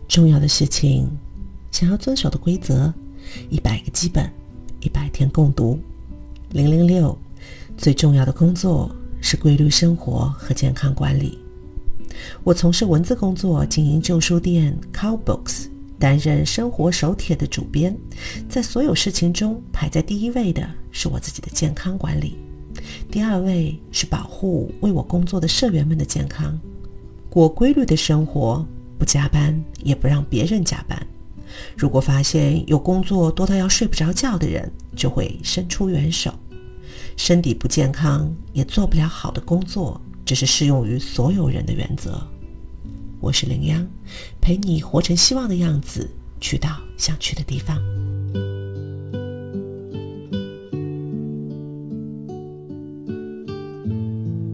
重要的事情，想要遵守的规则，100个基本，100天共读。006，最重要的工作是规律生活和健康管理。我从事文字工作，经营旧书店 Cowbooks， 担任生活手帖的主编。在所有事情中，排在第一位的是我自己的健康管理，第二位是保护为我工作的社员们的健康。过规律的生活，不加班，也不让别人加班。如果发现有工作多到要睡不着觉的人，就会伸出援手。身体不健康，也做不了好的工作，这是适用于所有人的原则。我是林央，陪你活成希望的样子，去到想去的地方。